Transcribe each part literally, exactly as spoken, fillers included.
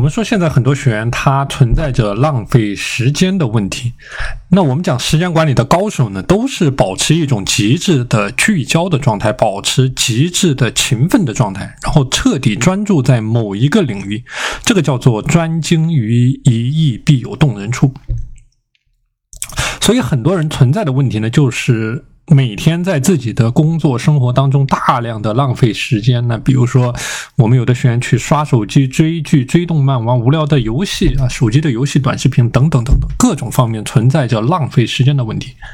们说现在很多学员他存在着浪费时间的问题，那我们讲时间管理的高手呢，都是保持一种极致的聚焦的状态，保持极致的勤奋的状态，然后彻底专注在某一个领域，这个叫做专精于一役必有动人处。所以很多人存在的问题呢，就是每天在自己的工作生活当中大量的浪费时间呢，比如说我们有的学员去刷手机、追剧、追动漫、玩无聊的游戏啊，手机的游戏、短视频等等等等，各种方面存在着浪费时间的问题。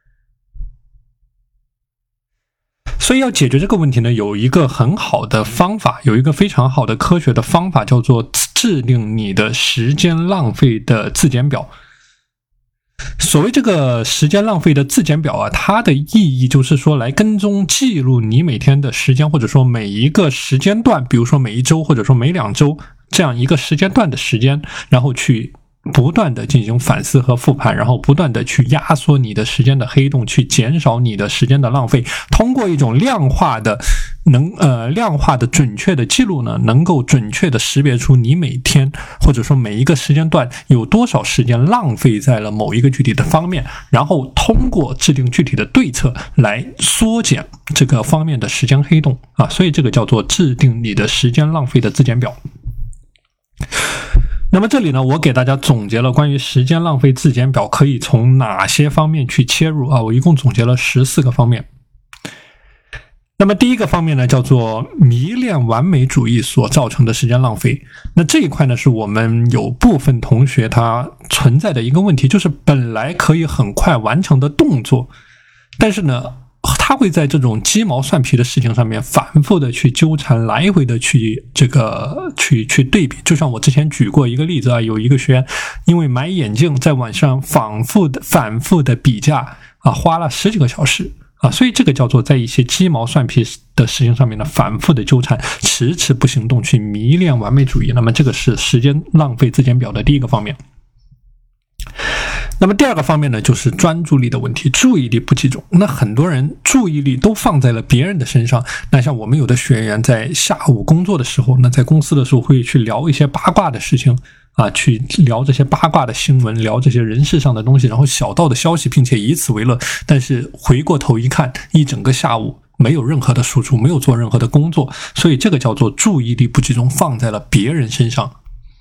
所以要解决这个问题呢，有一个很好的方法，有一个非常好的科学的方法，叫做制定你的时间浪费的自检表。所谓这个时间浪费的自检表啊，它的意义就是说来跟踪记录你每天的时间，或者说每一个时间段，比如说每一周或者说每两周这样一个时间段的时间，然后去不断的进行反思和复盘，然后不断的去压缩你的时间的黑洞，去减少你的时间的浪费，通过一种量化的能呃量化的准确的记录呢，能够准确的识别出你每天或者说每一个时间段有多少时间浪费在了某一个具体的方面，然后通过制定具体的对策来缩减这个方面的时间黑洞啊，所以这个叫做制定你的时间浪费的自检表。那么这里呢，我给大家总结了关于时间浪费自检表可以从哪些方面去切入啊，我一共总结了十四个方面。那么第一个方面呢，叫做迷恋完美主义所造成的时间浪费。那这一块呢，是我们有部分同学他存在的一个问题，就是本来可以很快完成的动作，但是呢他会在这种鸡毛蒜皮的事情上面反复的去纠缠，来回的去这个去去对比。就像我之前举过一个例子啊，有一个学员因为买眼镜在网上反复的反复的比价啊，花了十几个小时啊，所以这个叫做在一些鸡毛蒜皮的事情上面呢反复的纠缠，迟迟不行动，去迷恋完美主义。那么这个是时间浪费自检表的第一个方面。那么第二个方面呢，就是专注力的问题，注意力不集中。那很多人注意力都放在了别人的身上，那像我们有的学员在下午工作的时候，那在公司的时候会去聊一些八卦的事情啊，去聊这些八卦的新闻，聊这些人事上的东西，然后小道的消息，并且以此为乐。但是回过头一看，一整个下午没有任何的输出，没有做任何的工作，所以这个叫做注意力不集中，放在了别人身上。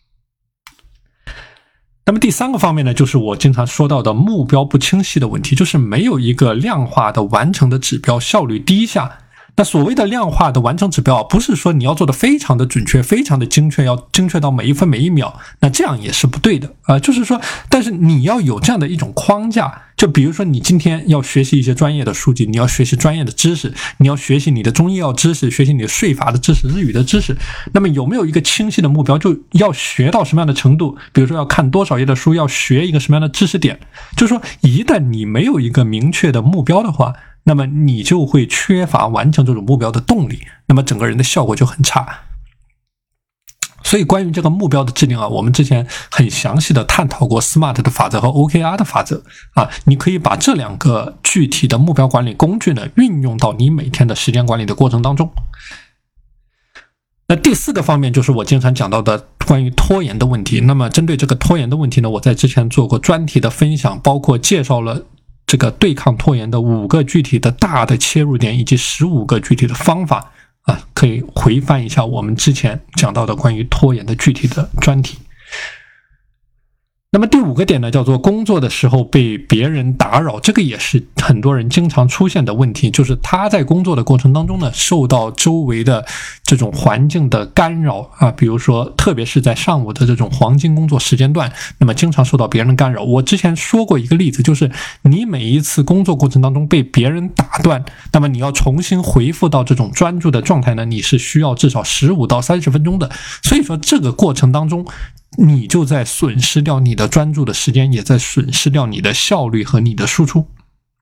那么第三个方面呢，就是我经常说到的目标不清晰的问题，就是没有一个量化的完成的指标，效率低下。那所谓的量化的完成指标，不是说你要做的非常的准确，非常的精确，要精确到每一分每一秒，那这样也是不对的啊、呃。就是说，但是你要有这样的一种框架，就比如说你今天要学习一些专业的书籍，你要学习专业的知识，你要学习你的中医药知识，学习你的税法的知识，日语的知识，那么有没有一个清晰的目标，就要学到什么样的程度，比如说要看多少页的书，要学一个什么样的知识点，就是说一旦你没有一个明确的目标的话，那么你就会缺乏完成这种目标的动力，那么整个人的效果就很差。所以关于这个目标的制定啊，我们之前很详细的探讨过 SMART 的法则和 O K R 的法则啊，你可以把这两个具体的目标管理工具呢运用到你每天的时间管理的过程当中。那第四个方面就是我经常讲到的关于拖延的问题。那么针对这个拖延的问题呢，我在之前做过专题的分享，包括介绍了这个对抗拖延的五个具体的大的切入点，以及十五个具体的方法啊，可以回翻一下我们之前讲到的关于拖延的具体的专题。那么第五个点呢，叫做工作的时候被别人打扰，这个也是很多人经常出现的问题，就是他在工作的过程当中呢，受到周围的这种环境的干扰啊，比如说特别是在上午的这种黄金工作时间段，那么经常受到别人的干扰。我之前说过一个例子，就是你每一次工作过程当中被别人打断，那么你要重新回复到这种专注的状态呢，你是需要至少十五到三十分钟的。所以说这个过程当中你就在损失掉你的专注的时间，也在损失掉你的效率和你的输出。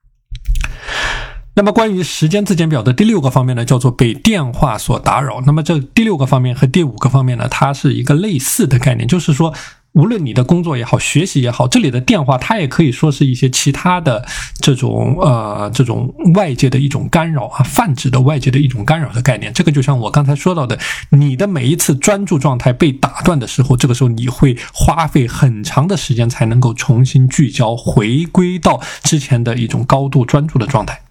那么关于时间自检表的第六个方面呢，叫做被电话所打扰。那么这第六个方面和第五个方面呢，它是一个类似的概念，就是说无论你的工作也好，学习也好，这里的电话它也可以说是一些其他的这种呃这种外界的一种干扰啊，泛指的外界的一种干扰的概念。这个就像我刚才说到的，你的每一次专注状态被打断的时候，这个时候你会花费很长的时间才能够重新聚焦，回归到之前的一种高度专注的状态。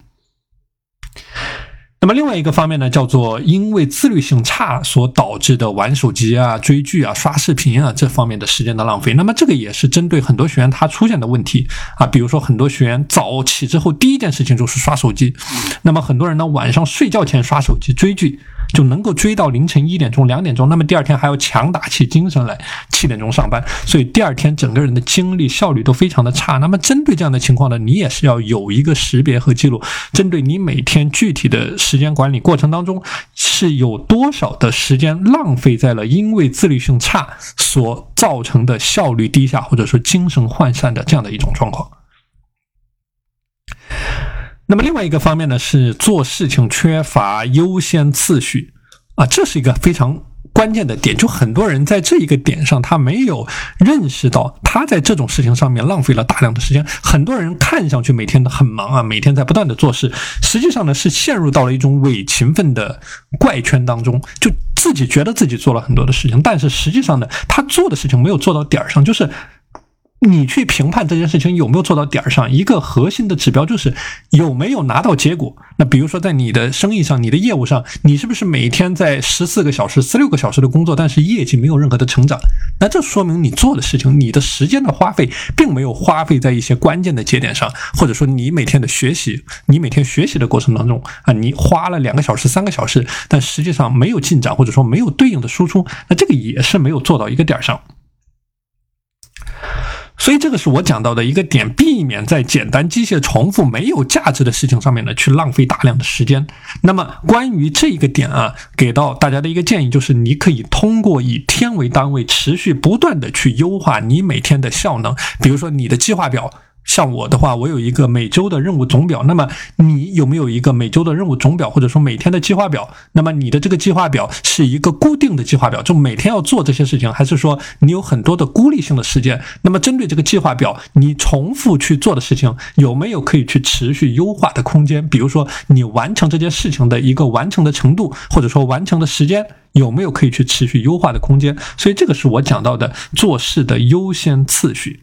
那么另外一个方面呢，叫做因为自律性差所导致的玩手机啊、追剧啊、刷视频啊这方面的时间的浪费。那么这个也是针对很多学员他出现的问题啊，比如说很多学员早起之后第一件事情就是刷手机，那么很多人呢晚上睡觉前刷手机追剧，就能够追到凌晨一点钟、两点钟，那么第二天还要强打起精神来，七点钟上班，所以第二天整个人的精力效率都非常的差。那么针对这样的情况呢，你也是要有一个识别和记录，针对你每天具体的时间管理过程当中是有多少的时间浪费在了因为自律性差所造成的效率低下或者说精神涣散的这样的一种状况。那么另外一个方面呢，是做事情缺乏优先次序啊，这是一个非常关键的点，就很多人在这一个点上他没有认识到他在这种事情上面浪费了大量的时间。很多人看上去每天都很忙啊，每天在不断的做事，实际上呢是陷入到了一种伪勤奋的怪圈当中，就自己觉得自己做了很多的事情，但是实际上呢他做的事情没有做到点上。就是你去评判这件事情有没有做到点上，一个核心的指标就是有没有拿到结果。那比如说在你的生意上，你的业务上，你是不是每天在十四个小时、十六个小时的工作，但是业绩没有任何的成长？那这说明你做的事情，你的时间的花费并没有花费在一些关键的节点上，或者说你每天的学习，你每天学习的过程当中啊，你花了两个小时、三个小时，但实际上没有进展，或者说没有对应的输出，那这个也是没有做到一个点上。所以这个是我讲到的一个点，避免在简单机械重复没有价值的事情上面呢去浪费大量的时间。那么关于这一个点啊，给到大家的一个建议就是，你可以通过以天为单位持续不断的去优化你每天的效能。比如说你的计划表，像我的话，我有一个每周的任务总表，那么你有没有一个每周的任务总表，或者说每天的计划表？那么你的这个计划表是一个固定的计划表，就每天要做这些事情，还是说你有很多的孤立性的事件？那么针对这个计划表，你重复去做的事情有没有可以去持续优化的空间？比如说你完成这件事情的一个完成的程度，或者说完成的时间，有没有可以去持续优化的空间？所以这个是我讲到的做事的优先次序。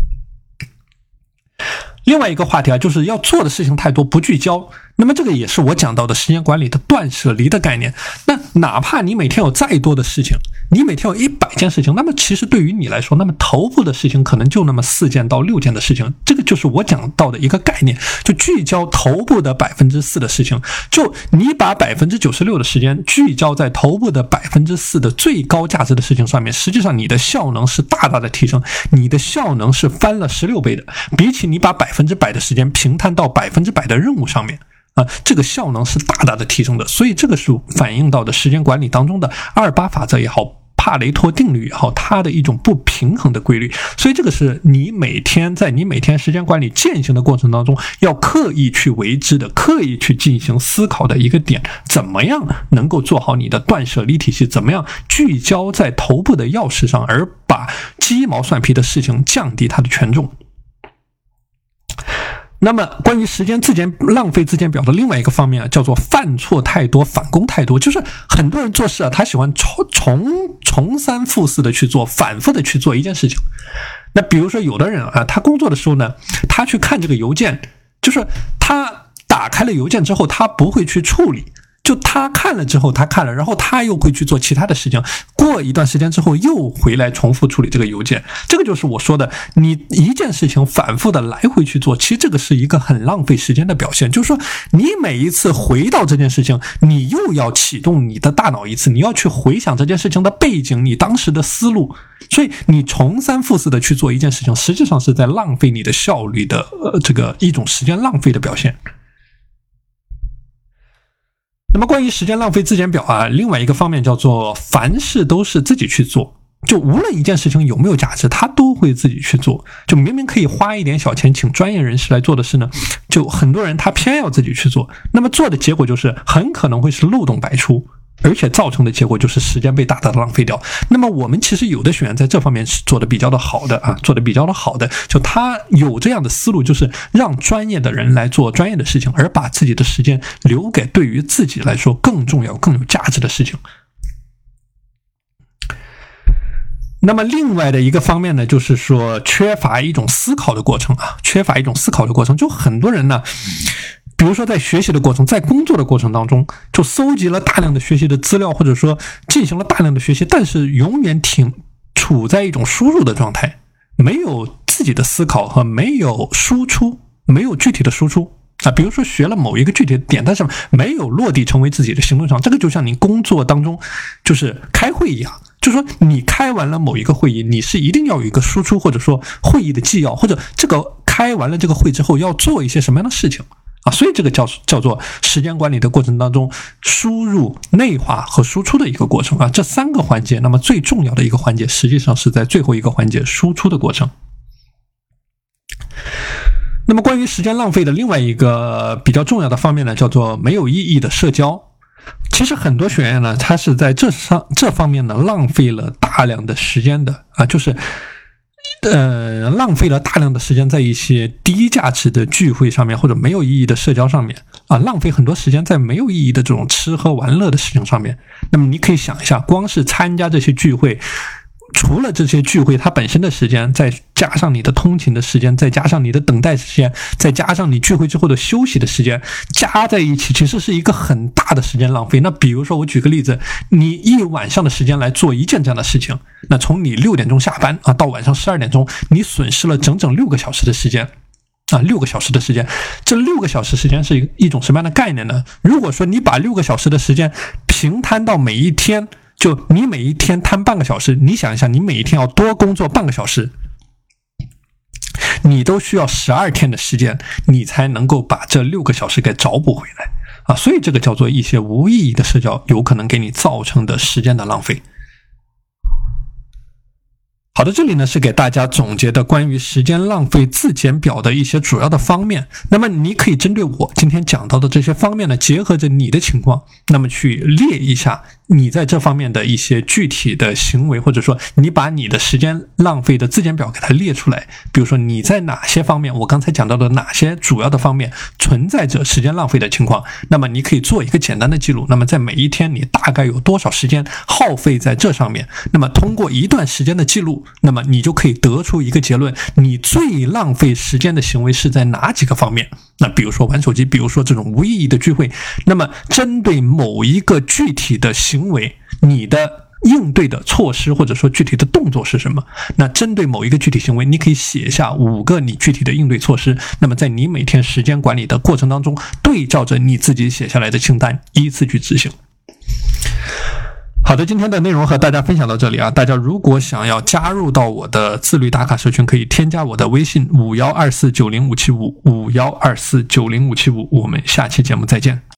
另外一个话题啊，就是要做的事情太多不聚焦，那么这个也是我讲到的时间管理的断舍离的概念。那哪怕你每天有再多的事情，你每天有一百件事情，那么其实对于你来说，那么头部的事情可能就那么四件到六件的事情，这个就是我讲到的一个概念，就聚焦头部的百分之四的事情，就你把百分之九十六的时间聚焦在头部的百分之四的最高价值的事情上面，实际上你的效能是大大的提升，你的效能是翻了十六倍的，比起你把百分之百的时间平摊到百分之百的任务上面。啊，这个效能是大大的提升的，所以这个是反映到的时间管理当中的二八法则也好，帕雷托定律也好，它的一种不平衡的规律。所以这个是你每天在你每天时间管理践行的过程当中要刻意去为之的，刻意去进行思考的一个点。怎么样能够做好你的断舍离体系？怎么样聚焦在头部的要事上，而把鸡毛蒜皮的事情降低它的权重？那么关于时间自检浪费自检表的另外一个方面啊，叫做犯错太多反攻太多。就是很多人做事啊，他喜欢重重重三复四的去做，反复的去做一件事情。那比如说有的人啊，他工作的时候呢，他去看这个邮件，就是他打开了邮件之后，他不会去处理，就他看了之后他看了，然后他又会去做其他的事情，过一段时间之后又回来重复处理这个邮件。这个就是我说的，你一件事情反复的来回去做，其实这个是一个很浪费时间的表现。就是说你每一次回到这件事情，你又要启动你的大脑一次，你要去回想这件事情的背景，你当时的思路，所以你重三复四的去做一件事情，实际上是在浪费你的效率的呃这个一种时间浪费的表现。那么关于时间浪费自检表啊，另外一个方面叫做凡事都是自己去做，就无论一件事情有没有价值，他都会自己去做。就明明可以花一点小钱请专业人士来做的事呢，就很多人他偏要自己去做，那么做的结果就是很可能会是漏洞百出。 而且造成的结果就是时间被大大的浪费掉。那么我们其实有的学员在这方面是做的比较的好的啊，做的比较的好的，就他有这样的思路，就是让专业的人来做专业的事情，而把自己的时间留给对于自己来说更重要更有价值的事情。那么另外的一个方面呢，就是说缺乏一种思考的过程啊，缺乏一种思考的过程。就很多人呢，比如说在学习的过程，在工作的过程当中，就搜集了大量的学习的资料，或者说进行了大量的学习，但是永远挺处在一种输入的状态，没有自己的思考和没有输出，没有具体的输出啊。比如说学了某一个具体的点，但是没有落地成为自己的行动上，这个就像你工作当中就是开会一样。就是说你开完了某一个会议，你是一定要有一个输出，或者说会议的纪要，或者这个开完了这个会之后要做一些什么样的事情啊？所以这个叫叫做时间管理的过程当中，输入、内化和输出的一个过程啊。这三个环节，那么最重要的一个环节实际上是在最后一个环节输出的过程。那么关于时间浪费的另外一个比较重要的方面呢，叫做没有意义的社交。其实很多学员呢，他是在这上这方面呢浪费了大量的时间的啊，就是呃浪费了大量的时间在一些低价值的聚会上面，或者没有意义的社交上面啊，浪费很多时间在没有意义的这种吃喝玩乐的事情上面。那么你可以想一下，光是参加这些聚会，除了这些聚会它本身的时间，再加上你的通勤的时间，再加上你的等待时间，再加上你聚会之后的休息的时间，加在一起其实是一个很大的时间浪费。那比如说我举个例子，你一晚上的时间来做一件这样的事情，那从你六点钟下班啊到晚上十二点钟，你损失了整整六个小时的时间啊，六个小时的时间。这六个小时时间是一种什么样的概念呢？如果说你把六个小时的时间平摊到每一天，就你每一天摊半个小时，你想一下，你每一天要多工作半个小时，你都需要十二天的时间，你才能够把这六个小时给找补回来啊！所以这个叫做一些无意义的社交有可能给你造成的时间的浪费。好的，这里呢是给大家总结的关于时间浪费自检表的一些主要的方面。那么你可以针对我今天讲到的这些方面呢，结合着你的情况，那么去列一下你在这方面的一些具体的行为，或者说你把你的时间浪费的自检表给它列出来。比如说你在哪些方面，我刚才讲到的哪些主要的方面存在着时间浪费的情况，那么你可以做一个简单的记录。那么在每一天你大概有多少时间耗费在这上面，那么通过一段时间的记录，那么你就可以得出一个结论，你最浪费时间的行为是在哪几个方面。那比如说玩手机，比如说这种无意义的聚会，那么针对某一个具体的行为，你的应对的措施或者说具体的动作是什么？那针对某一个具体行为，你可以写下五个你具体的应对措施，那么在你每天时间管理的过程当中，对照着你自己写下来的清单依次去执行。好的，今天的内容和大家分享到这里啊，大家如果想要加入到我的自律打卡社群，可以添加我的微信五一二四九零五七五 五一二四九零五七五，我们下期节目再见。